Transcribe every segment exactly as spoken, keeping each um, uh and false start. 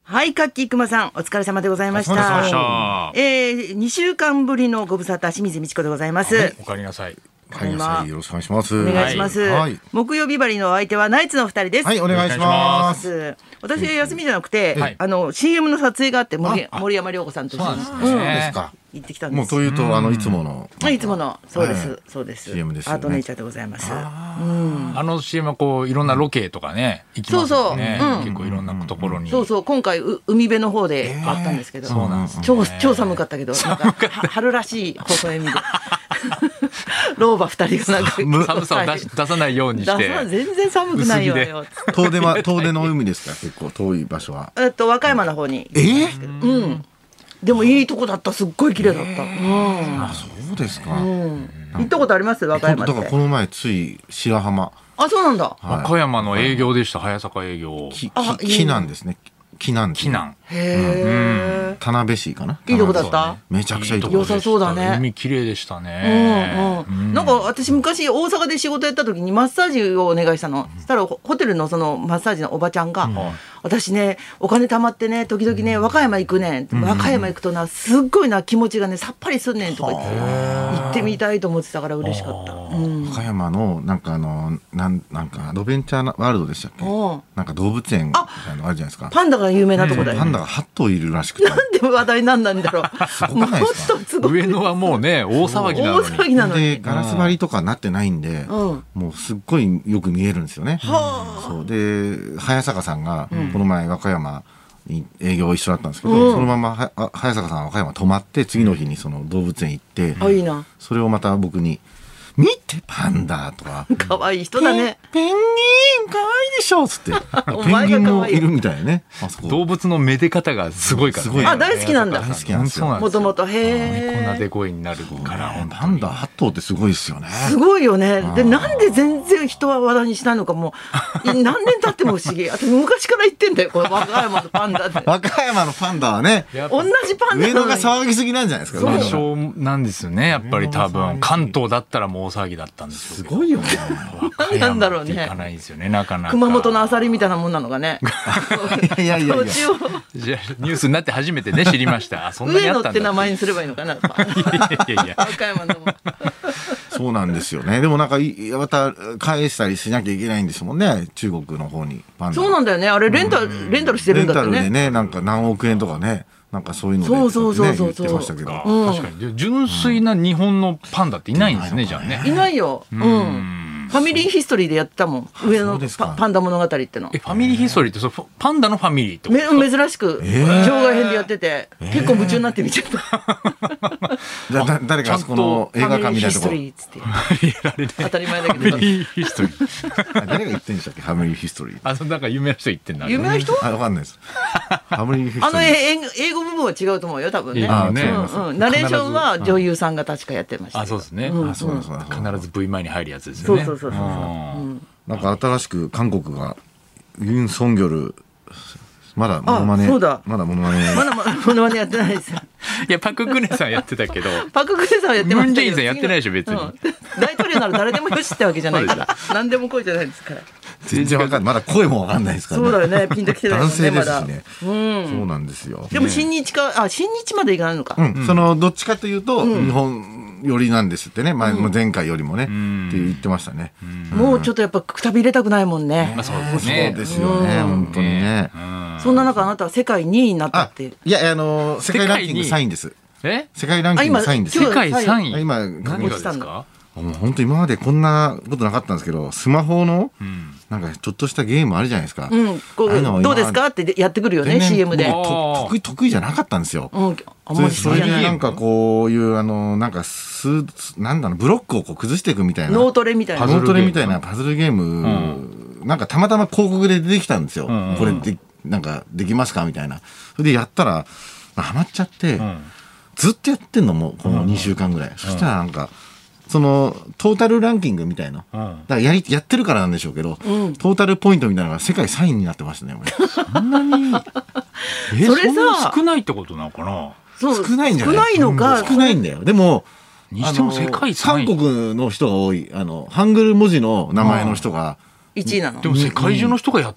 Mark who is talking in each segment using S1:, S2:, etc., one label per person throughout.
S1: はい、カッキー熊さん、お疲れ様でございました。
S2: お疲れ様でした。
S1: えー、にしゅうかんぶりのご無沙汰、清水美智子でございます。はい、
S2: お帰りなさい。
S3: お帰りなさい。よろしくお願いします。
S1: お願いします。はい、木曜日張りのお相手はナイツの二人です。
S3: はい、お願いします。
S1: 私は休みじゃなくて、はい、あの シーエム の撮影があって森、森山良子さんと一緒に。
S3: そうですか。
S1: 行ってきたんです。
S3: もうというとあのいつもの。
S1: いつものそうです、はい、そうです。
S3: シーエム ですよね。
S1: アートネイチャーでございます。
S2: あ, うん、あの シーエム はこういろんなロケとかね、行きますよね。そうそう、うん、結構いろんなところに。
S1: そうそう、今回う海辺の方であったんですけど、
S2: えー、そうなんですね。
S1: 超超寒かったけど、なんか春らしい微笑みで。老婆二人がなんか
S2: 寒さを出し出さないようにして。
S1: 全然寒くないよ。
S3: 遠出は遠出の海ですか。結構遠い場所は。
S1: えっと和歌山の方に。
S3: ええ
S1: ー、うん。でもいいとこだった。すっごい綺麗だった。え
S3: ー、うん、あ、そうですか。
S1: うん、行ったことあります和歌山って。
S3: だからこの前つい白浜。
S1: あ、そうなんだ。
S2: はい、和歌山の営業でした。早坂営業。
S3: ききなんですね。紀南
S2: 紀南
S1: へえ、
S3: 田辺市かな。
S1: いいとこだった。
S3: めちゃくちゃいいとこ。
S1: 良さそうだね。
S2: 海綺麗でしたね。
S1: うんうん、なんか私昔大阪で仕事やった時にマッサージをお願いしたの。そしたらホテルのそのマッサージのおばちゃんが、うん、私ねお金貯まってね時々ね和歌山行くねん、うん、和歌山行くとなすっごいな気持ちがねさっぱりすんねんとか言って行ってみたいと思ってたから嬉しかった。うん、
S3: 和歌山のなんかあのなんなんかアドベンチャーワールドでしたっけ。なんか動物園みたいなのあるじゃないですか。
S1: パンダが有名なとこだよ。
S3: パンダがはっとういるらしくて。
S1: なんで話題になんなんだろう。
S3: すごくないですか。
S2: すごい上野はもうね大騒ぎなのに。
S1: 大騒ぎなのに。
S3: でガラス張りとかなってないんで、うん、もうすっごいよく見えるんですよね。はそうで早坂さんがこの前和歌山に営業一緒だったんですけど、うん、そのままは早坂さんは和歌山泊まって次の日にその動物園行って、
S1: うん、いいな。
S3: それをまた僕に見てパンダとか
S1: 可愛い人だね。
S3: ペンギン可愛いでしょつってペンギンもいるみたいね。
S2: あそこ動物のめで方がすごいから、ね、すごい
S1: あ大好きなんだ。
S3: 大好きなんですよ。
S1: もともとへえ。
S2: こんなでこいになるから
S3: パンダはっとうってすごいですよね。
S1: すごいよね。でなんで全然人は話題にしないのかも何年経っても不思議。あと昔から言ってんだよこの和歌山のパンダで。
S3: 和歌山のパンダはね
S1: 同じパンダ
S3: 上野が騒ぎすぎなんじゃないですか。
S2: 場所なんですよねやっぱり多分関東だったらもう大騒ぎだったんですよ。
S3: すごいよね。
S1: 何なんだろうね。
S2: 行かないですよねなかなか。
S1: 熊本のアサリみたいなもんなのがね。
S3: いやいやいやいや。
S2: じゃニュースになって初めてね知りました。あそんなにあったんだ。
S1: 上野って名前にすればいいのかな。いやいやいや。和歌山の。
S3: そうなんですよね。でもなんかまた返したりしなきゃいけないんですもんね中国の方にパンダ。
S1: そうなんだよねあれレンタルレンタルしてるんだってね。
S3: レンタルでねなんか何億円とかね。なんかそういうので、ね、
S1: そうそうそうそう
S3: 言ってましたけど、
S2: うん、確かに純粋な日本のパンダっていないんですね、うん、じゃあね。
S1: いないよ。うん。ファミリーヒストリーでやったもん上の パ, パンダ物語っての。
S2: えファミリーヒストリーってそパンダのファミリーってこと
S1: ですか。珍しく、えー、場外編でやってて、えー、結構夢中になって見ちゃった。
S3: じゃあ誰かあそこの映画館みたいなところ。ファミリーヒストリーって当
S1: たり前だけど。
S2: ファミリーヒストリー。
S3: 誰が言ってんでしたっけファミリーヒストリー。
S2: あのなんか有名な人言ってんだ。
S1: 有名な人？
S3: あわかんないです。ファミリーヒストリー。
S1: あの英語部分は違うと思うよ多分ね。
S3: あね
S1: うんうん、ナレーションは女優さんが確かやってました。
S2: あそうですね。
S1: うん、
S2: あそうそう必ず V 前に入るやつですよね。
S1: そうそうそうそうそう。うん、
S3: なんか新しく韓国がユン・ソンギョルまだモノマネ
S1: そうだ
S3: まだモノマネ
S1: まだモノマネやってないですよ。
S2: いやパククネさんやってたけど
S1: パククネさんはやってましたけど
S2: ムンジェインさんやってないでしょ別に、うん、
S1: 大統領なら誰でもよしってわけじゃないから何でも来いじゃないですから
S3: 全然わかんないまだ声もわかんないですから、ね、
S1: そうだよねピンときてないもんね
S3: 男性ですしね、
S1: まだ、うん、
S3: そうなんですよ。
S1: でも親日かあ親日までいかないのか、
S3: うん、そのどっちかというと、うん、日本よりなんですってね、まあ、前回よりもね、うん、って言ってましたね、
S1: うん、もうちょっとやっぱくたび入れたくないもんね、
S2: まあ、そうですね
S3: そうですよね、うん、本当にね、
S1: うん、そんな中あなたは世界にいになったって。
S3: いやあの世界ランキングさんいです。
S2: え
S3: 世界ランキングさんいです。
S2: 世界さんい
S3: 今
S2: 何がですか。
S3: もう本当今までこんなことなかったんですけどスマホのなんかちょっとしたゲームあるじゃないですか、
S1: うん、こうどうですかってやってくるよね シーエム で
S3: 得意得意じゃなかったんですよ、うん、あんまりそれでなんかこういうあのなんかスなんだろうブロックをこう崩していくみたいな
S1: 脳トレみたいな
S3: 脳トレみたいなパズルゲーム、うん、なんかたまたま広告で出てきたんですよ、うんうん、これでなんかできますかみたいな。それでやったらハマっちゃって、うん、ずっとやってんのもこのにしゅうかんぐらい、うん、そしたらなんかそのトータルランキングみたいな、うん、だからやりやってるからなんでしょうけど、うん、トータルポイントみたいなのが世界さんいになってましたね。
S2: そんなにえ
S1: それさ
S2: そんな少ないってことなのかな。
S1: そう
S3: 少ないんじゃない。
S1: 少ないのか、
S3: 少ないんだよ。でも
S2: にしても世界さんい
S3: 韓国の人が多いあのハングル文字の名前の人が、
S1: うん、いちいなの。
S2: でも世界中の人がやってるっ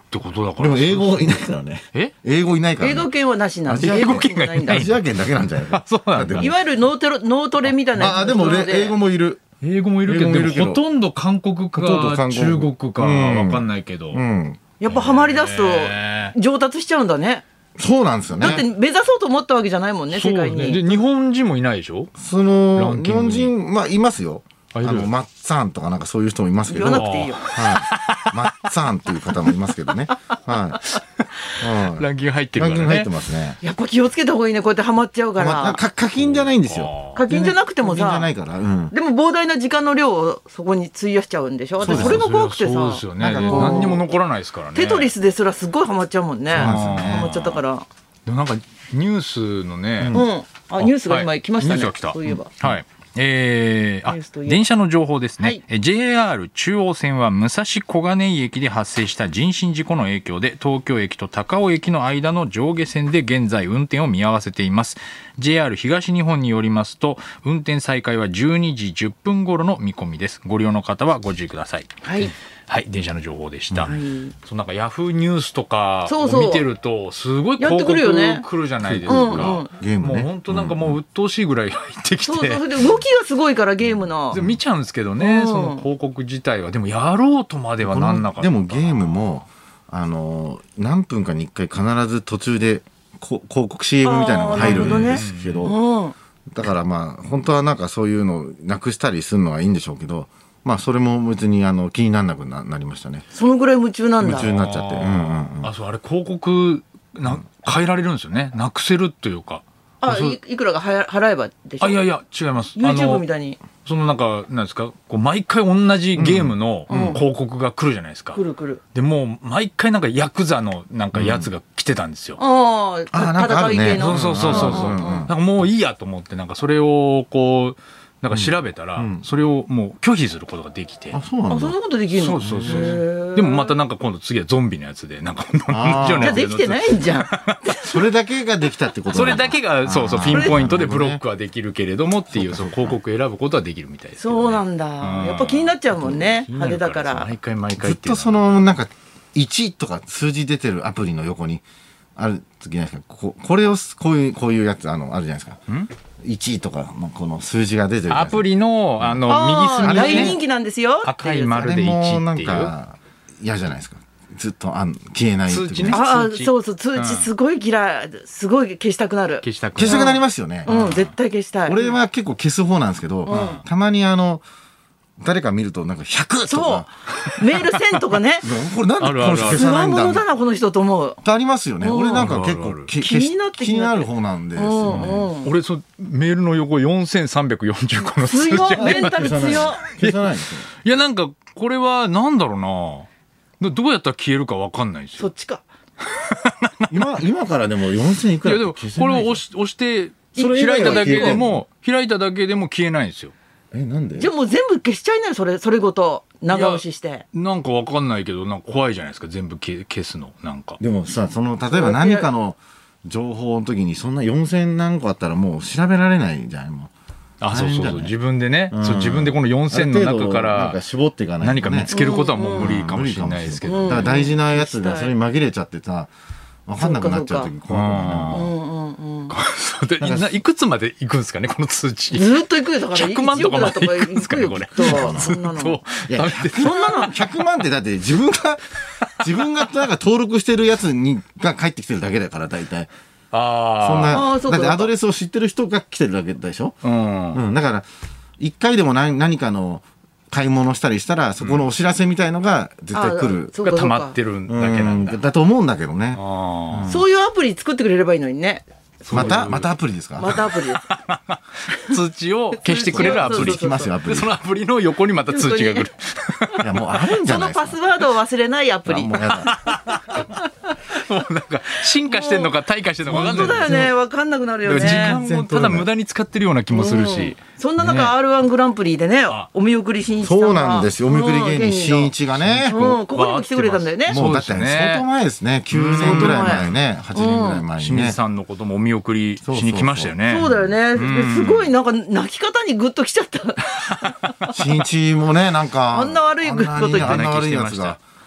S2: ってことだから。
S3: でも英語いないからね。
S2: え
S3: 英語いないからね。
S1: 英語圏はなしなんで。
S3: アジア
S2: 英語圏がいない
S3: アジア圏だけなんじゃないか。
S2: そうなんだ。
S3: だって
S1: いわゆる脳トレ、脳トレみたいなやつ
S3: あ、でも俺英語もいる。
S2: 英語もいるけど、
S3: 英語もいるけど
S2: でもほとんど韓国か
S3: ほとんど韓国
S2: 中国かわかんないけど。
S3: うん。
S1: やっぱハマり出すと
S2: へ
S1: 上達しちゃうんだね。
S3: そうなんですよね。
S1: だって目指そうと思ったわけじゃないもんね、世界
S2: そうね。で、
S1: に。
S2: 日本人もいないでしょ？
S3: そ
S2: ラ
S3: の日
S2: ンキングに
S3: 本人まあいますよ。あ
S2: あいる
S3: のマッツァンとかなんかそういう人もいますけど。
S1: 言わなくていいよ。
S3: はい。マッツァンっていう方もいますけどね。はい。はい
S2: ランキング入ってるからね。
S3: ランキング入ってますね。
S1: やっぱ気をつけた方がいいね、こうやってハマっちゃうか
S3: まあ
S1: ら。
S3: か課金じゃないんですよ。
S1: 課金じゃなくてもさ
S3: 課金じゃな、いから。うん。
S1: でも膨大な時間の量をそこに費やしちゃうんでしょ。
S3: そうです
S1: でそれが怖くて
S2: そうです
S1: さ、
S2: よね。
S3: なんかこう
S2: 何にも残らないですからね。
S1: テトリスですらすごいハマっちゃうもんね。
S3: そうなんですよね
S1: ハマっちゃったから。
S2: でもなんかニュースのね、
S1: うん。あ、ニュースが今来ましたね。
S2: ニュースが来た。
S1: そういえば。
S2: はい。えー、あ
S1: ニュースといえば
S2: 電車の情報ですね、
S1: はい
S2: え ジェイアール 中央線は武蔵小金井駅で発生した人身事故の影響で東京駅と高尾駅の間の上下線で現在運転を見合わせています。 ジェイアール 東日本によりますと運転再開はじゅうにじじゅっぷん頃の見込みです。ご利用の方はご注意ください。
S1: はい。
S2: はい、電車の情報でした。
S1: はい。
S2: そうなんかヤフーニュースとか
S1: そうそう
S2: を見てるとすごい
S1: やって
S2: 広告
S1: くるよね
S2: 来るじゃないですか。
S1: うんうん
S2: もう
S3: ゲームね。
S2: 本当なんかもう鬱陶しいぐらい入ってきて、
S1: そうそう。それで動きがすごいからゲームの
S2: で。見ちゃうんですけどね、
S1: うん
S2: その広告自体はでもやろうとまではなんなかった。
S3: でもゲームもあの何分かにいっかい必ず途中でこ広告 シーエム みたいなのが入るんですけど、
S1: うん。
S3: だからまあ本当はなんかそういうのをなくしたりするのはいいんでしょうけど、まあそれも別にあの気にならなくななりましたね。
S1: そのぐらい夢中なんだ。
S3: 夢中になっちゃって。うんうんうん。
S2: あ、そうあれ広告な変えられるんですよね。なくせるっていうか。
S1: あ、
S2: そう
S1: いいくらかはや払えばでしょ。
S2: あいやいや違います。あ
S1: YouTube
S2: の
S1: みたいに
S2: そのなんかなんですかこう毎回同じゲームの広告が来るじゃないですか。
S1: 来る来る。
S2: でもう毎回なんかヤクザのなんかやつが来てたんですよ。
S1: ああ、
S3: あなんかあるね
S1: 戦い系の。
S2: そうそうそうそうそう。
S1: んんん
S2: なんかもういいやと思ってなんかそれをこうなんか調べたら、
S3: うん
S2: それをもう拒否することができて。
S3: あそうなん
S1: あ、そん
S3: だ。
S1: なことできるの。
S2: そうそうそう
S1: へー
S2: でもまたなんか今度次はゾンビのやつでなんか同じような
S3: あー
S2: やつ
S1: じゃあできてないんじゃん。
S3: それだけができたってこと
S2: そ
S3: なんだ。
S2: れだけがそうそう
S3: あー
S2: ピンポイントでブロッ
S3: な
S2: クはできるけれどもっていうその広告選ぶことはできるみたいですけどね、
S1: そうなんだ。やっぱ気になっちゃうもんね。
S2: 気になる
S1: 派手だから。
S2: 毎回毎回
S3: ずっとそのなんかいちとか数字出てるアプリの横にある時じゃないですか。ここれをこういうこういうやつあのあるじゃないですか。いちとかのこの数字が出てるじゃないですか。
S2: アプリのあの右
S1: ああ、
S2: 隅に
S1: 大人
S2: ね
S1: 気なんですよ。
S2: 赤い
S3: あ
S2: 丸でいち
S3: れもなん
S2: っていう
S3: か嫌じゃないですか。ずっとあん消えないっていう
S2: 通知ね
S1: ああ、
S2: 通知
S1: そうそう、通知すごい嫌い。すごい消したくなる。
S2: 消したく
S3: 消したくなりますよね。
S1: うん、絶対消したい。
S3: 俺は結構消す方なんですけど、たまにあの誰か見るとなんかひゃくと
S1: そ
S3: か
S1: う。メールせんとかね。
S3: これなんでこの人消
S1: つわ
S3: さないんだ
S1: ものだな、この人と思う。
S3: ありますよね。
S1: うん
S3: 俺なんか結構
S2: あるある
S3: き
S1: 気になって
S3: 気になる方なんです
S1: う
S3: よね。
S1: んうん。
S2: 俺そうメールの横よんせんさんびゃくよんじゅうごの数字
S1: 強っ、
S2: あります
S1: メンタル強っ。
S3: 消さないんですよ。
S2: いやなんかこれはなんだろうなどどうやったら消えるかわかんないんですよ。
S1: そっちか。
S3: 今今からでもよんせんいくら
S2: いやでも
S3: 消せない
S2: これを押し押して
S3: それ以外は
S2: 開いただけ
S3: 消えてんの
S2: でも開いただけでも消えないんですよ。
S3: えなんで
S1: じゃあもう全部消しちゃいなよ、それ、それごと。長押しして。
S2: なんかわかんないけどなんか怖いじゃないですか全部消消すのなんか。
S3: でもさその例えば何かの情報の時にそんなよんせん何個あったらもう調べられないじゃんもう。
S2: あそうそうそう
S3: 大変だね
S2: 自分でね、
S3: うん
S2: そう自分でこのよんせんの中か
S3: ある程度なん
S2: ら
S3: か絞っていかないとね
S2: 何か見つけることはもう無理かもしれないですけど、
S3: だから大事なやつがそれに紛れちゃってさ分かんなくなっちゃう時怖いな。
S1: うんうんうん。
S2: そうでいないくつまで行くんですかねこの通知。
S1: ずーっと行くよ、だから。
S2: ひゃくまんとかまで行くんですかね
S1: いちおくだとか行くよきっとそんなの。
S2: と
S3: いや
S1: そんなの
S3: ひゃくまんってだって自分が自分がなんか登録してるやつにが返ってきてるだけだから大体
S2: あ
S3: そんな
S1: あーそうか
S3: だってアドレスを知ってる人が来てるだけでしょ、
S2: あうん
S3: うん、だから一回でも何何かの買い物したりしたらそこのお知らせみたいのが絶対来る、
S1: そうか
S2: が溜まってるだけなんだ。
S3: うんだと思うんだけどね。
S2: あー
S1: そういうアプリ作ってくれればいいのにね。
S3: またまたアプリですか、
S1: またアプリです。
S2: 通知を消してくれるアプリ
S1: そうそうそう
S3: 来ますよアプリ。
S2: でそのアプリの横にまた通知が来る。
S3: いやもうあるんじゃ
S1: その
S3: ないですか。
S1: パスワードを忘れないアプリ。
S3: あもうやだ。
S2: もうなんか進化してんのか退化してんのか分か
S1: 本
S2: んない
S1: 当だよね、わかんなくなるよ
S2: でも時
S1: ね。
S2: 間もただ無駄に使ってるような気もするし、
S1: そんな中、アールワン グランプリでね、お見送りしんいちさんが。
S3: そうなんですよ。お見送り芸人しんいちがね。
S1: うん、ここにも来てくれたんだよね。
S3: もうだって
S2: そうですね
S3: 相当前ですね。きゅうねんぐらい前ね。はちねんぐらい前にね
S2: 清水。さんのこともお見送りしに来ましたよね。
S1: そうだよね。ですごいなんか泣き方にグッときちゃった。
S3: しんいちもね、なんか。
S1: あんな悪いこと言って
S3: あんなにあんな悪いやつ
S2: 泣きしてま
S3: が。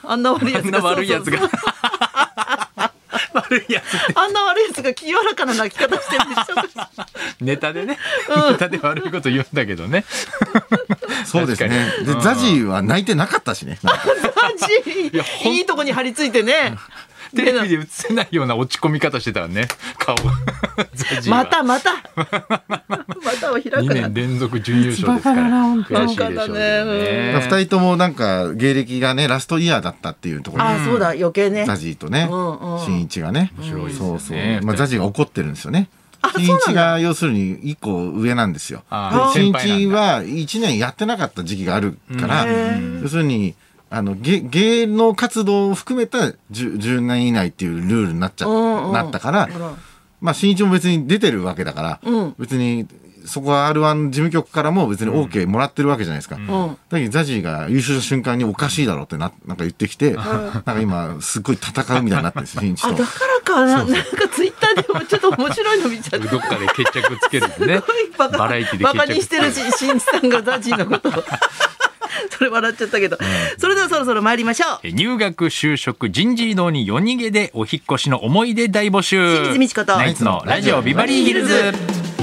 S1: あんな悪いやつが
S2: あんな悪いやつが
S1: そうそうそう
S2: 悪いやつって
S1: あんな悪いやつが清らかな泣き方してるんでしょ
S2: ネタでね、
S1: うん、
S2: ネタで悪いこと言うんだけどね
S3: そうですね。でザジーは泣いてなかったしね。
S1: ザジーいいとこに張り付いてね
S2: テレビで映せないような落ち込み方してたらね顔ザジーは
S1: またまたまたを開くな
S2: にねん連続準優勝ですから悔しいでしょうね。
S3: ふたりともなんか芸歴がねラストイヤーだったっていうところに、
S1: あそうだ余計ね
S3: ザジーとね、
S1: うんうん、
S3: 新一がね、
S2: 面白いですね。
S3: そうそう、まあ、ザジーが怒ってるんですよね。
S1: あ
S3: 新一が要するにいっこ上なんですよ。新一はいちねんやってなかった時期があるから、要するにあの 芸, 芸能活動を含めた 10, じゅうねん以内っていうルールになっちゃ、うんうん、なったから、まあ新一も別に出てるわけだから、うん、別にそこは アールワン 事務局からも別に OK もらってるわけじゃないですか。うん、だけどザジーが優勝した瞬間におかしいだろうって な, なんか言ってきて、うん、なんか今すっごい戦うみたいになってるんですよ新一と。
S1: あだからかな、なんかツイッターでもちょっと面白いの見ちゃって
S2: どっかで決着つけるんですね。バラエティで決着
S1: バカにしてるし新一さんがザジーのことをそれ笑っちゃったけど、うん、それではそろそろ参りましょう。
S2: 入学就職人事異動に夜逃げでお引っ越しの思い出大募集。
S1: 清水美智子と
S2: ナイツのラジオビバリーヒルズ。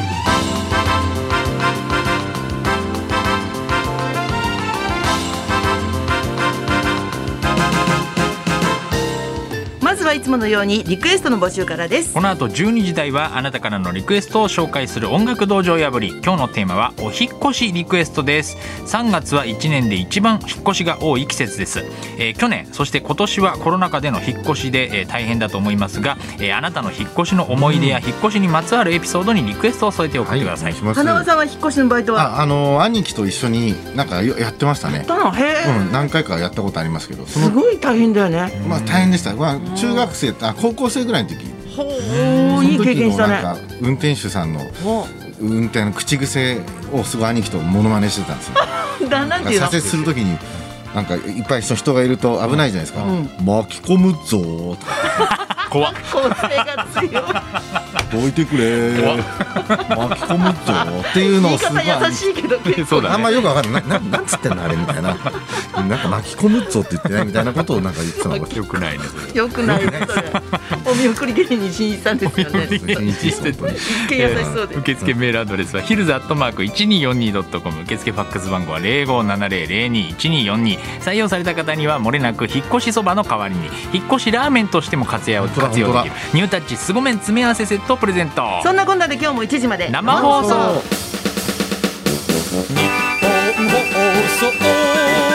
S1: いつものようにリクエストの募集からです。
S2: この後じゅうにじ台はあなたからのリクエストを紹介する音楽道場破り。今日のテーマはお引っ越しリクエストです。さんがつはいちねんで一番引っ越しが多い季節です、えー、去年そして今年はコロナ禍での引っ越しで、えー、大変だと思いますが、えー、あなたの引っ越しの思い出や引っ越しにまつわるエピソードにリクエストを添えて送ってください。
S3: はい、
S1: 花輪さんは引っ越しのバイトは
S3: あ、あのー、兄貴と一緒になんかやってましたね。
S1: やったのへー、
S3: うん、何回かやったことありますけどその
S1: すごい大変だよね。
S3: まあ大変でした、まあ、中学生あ高校生ぐらいの時
S1: ほういい経験したね。
S3: なんか運転手さんの運転の口癖をすごい兄貴とモノマネしてたんですよ。
S1: だなんていうの
S3: 左折する時になんかいっぱい人がいると危ないじゃないですか、うん、巻き込むぞーとか
S2: 怖っ
S1: 構成が強い
S3: どいてくれー巻き込むぞーっていうのをすごい
S1: 言い方優しいけど結構
S2: そうだね、
S3: あんまよくわかんない な, な, なんつってんのあれみたいななんか巻き込むぞって言ってないみたいなことをなんか言ってたのが
S2: よくないねそれ
S1: よくないねそれお見送り芸人新一さんですよね。一見優しそうで、えー、
S2: 受付メールアドレスはヒルズアットマーク いちにーよんにードットコム 受付ファックス番号は ゼロごーななゼロ ゼロにーいちにーよんにー。 採用された方にはもれなく引っ越しそばの代わりに引っ越しラーメンとしても活用できるニュータッチすご麺詰め合わせセットをプレゼント。
S1: そんなこんなで今日もいちじまで
S2: 生放送。日本放送